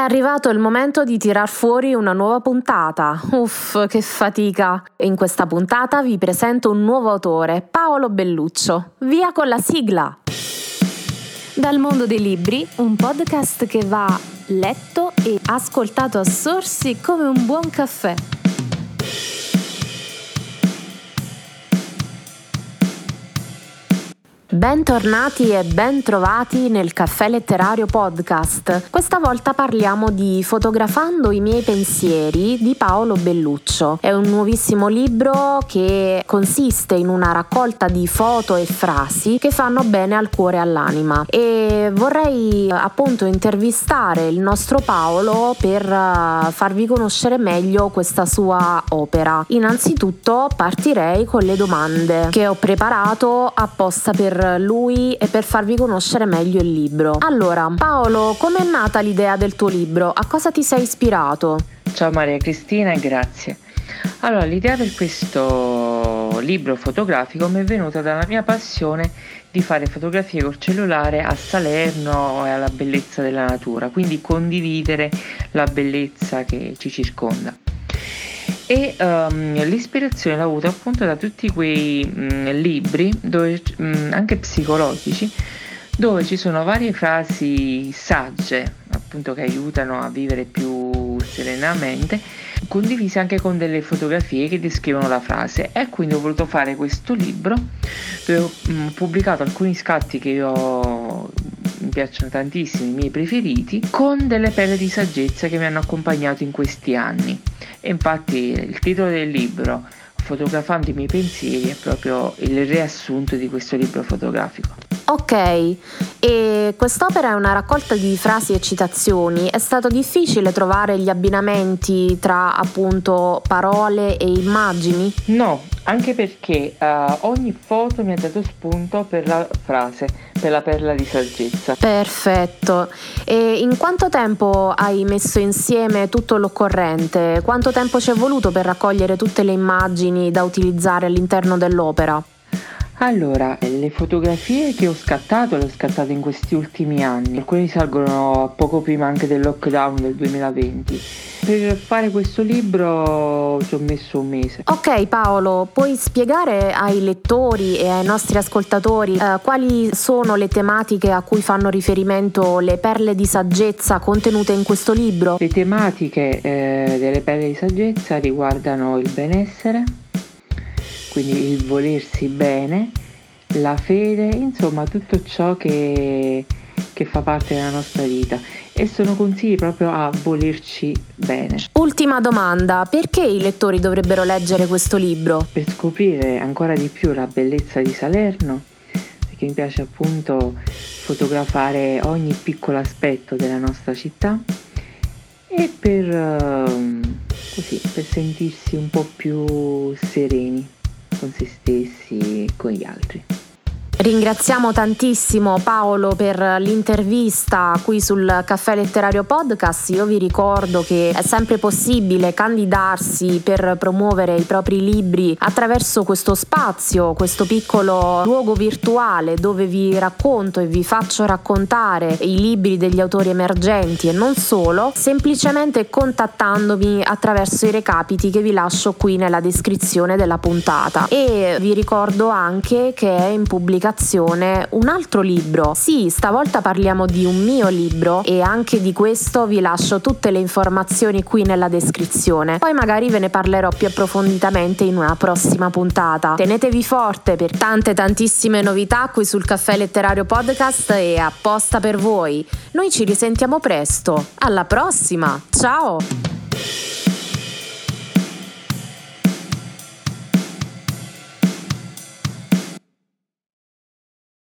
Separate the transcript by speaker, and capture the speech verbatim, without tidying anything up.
Speaker 1: arrivato il momento di tirar fuori una nuova puntata. Uff, che fatica! In questa puntata vi presento un nuovo autore, Paolo Belluccio. Via con la sigla! Dal mondo dei libri, un podcast che va letto e ascoltato a sorsi come un buon caffè. Bentornati e ben trovati nel Caffè Letterario Podcast. Questa volta parliamo di Fotografando i miei pensieri di Paolo Belluccio. È un nuovissimo libro che consiste in una raccolta di foto e frasi che fanno bene al cuore e all'anima, e vorrei appunto intervistare il nostro Paolo per farvi conoscere meglio questa sua opera. Innanzitutto partirei con le domande che ho preparato apposta per lui e per farvi conoscere meglio il libro. Allora, Paolo, com'è nata l'idea del tuo libro? A cosa ti sei ispirato?
Speaker 2: Ciao Maria Cristina e grazie. Allora, l'idea per questo libro fotografico mi è venuta dalla mia passione di fare fotografie col cellulare a Salerno e alla bellezza della natura, quindi condividere la bellezza che ci circonda. E um, l'ispirazione l'ho avuta appunto da tutti quei um, libri dove, um, anche psicologici, dove ci sono varie frasi sagge appunto che aiutano a vivere più serenamente, condivise anche con delle fotografie che descrivono la frase. E quindi ho voluto fare questo libro dove ho um, pubblicato alcuni scatti che io mi piacciono tantissimo, i miei preferiti, con delle perle di saggezza che mi hanno accompagnato in questi anni. E infatti il titolo del libro, Fotografando i miei pensieri, è proprio il riassunto di questo libro fotografico.
Speaker 1: Ok, e quest'opera è una raccolta di frasi e citazioni. È stato difficile trovare gli abbinamenti tra appunto parole e immagini?
Speaker 2: No, anche perché uh, ogni foto mi ha dato spunto per la frase, per la perla di saggezza.
Speaker 1: Perfetto. E in quanto tempo hai messo insieme tutto l'occorrente? Quanto tempo ci è voluto per raccogliere tutte le immagini da utilizzare all'interno dell'opera?
Speaker 2: Allora, le fotografie che ho scattato le ho scattate in questi ultimi anni, alcune risalgono poco prima anche del lockdown del duemilaventi. Per fare questo libro ci ho messo un mese.
Speaker 1: Ok Paolo, puoi spiegare ai lettori e ai nostri ascoltatori eh, quali sono le tematiche a cui fanno riferimento le perle di saggezza contenute in questo libro?
Speaker 2: Le tematiche eh, delle perle di saggezza riguardano il benessere, quindi il volersi bene, la fede, insomma tutto ciò che, che fa parte della nostra vita, e sono consigli proprio a volerci bene.
Speaker 1: Ultima domanda, perché i lettori dovrebbero leggere questo libro?
Speaker 2: Per scoprire ancora di più la bellezza di Salerno, perché mi piace appunto fotografare ogni piccolo aspetto della nostra città, e per, così, per sentirsi un po' più sereni con se stessi e con gli altri.
Speaker 1: Ringraziamo tantissimo Paolo per l'intervista qui sul Caffè Letterario Podcast. Io vi ricordo che è sempre possibile candidarsi per promuovere i propri libri attraverso questo spazio, questo piccolo luogo virtuale dove vi racconto e vi faccio raccontare i libri degli autori emergenti e non solo, semplicemente contattandomi attraverso i recapiti che vi lascio qui nella descrizione della puntata. E vi ricordo anche che è in pubblicazione un altro libro. Sì, stavolta parliamo di un mio libro e anche di questo vi lascio tutte le informazioni qui nella descrizione. Poi magari ve ne parlerò più approfonditamente in una prossima puntata. Tenetevi forte per tante tantissime novità qui sul Caffè Letterario Podcast e apposta per voi. Noi ci risentiamo presto. Alla prossima. Ciao!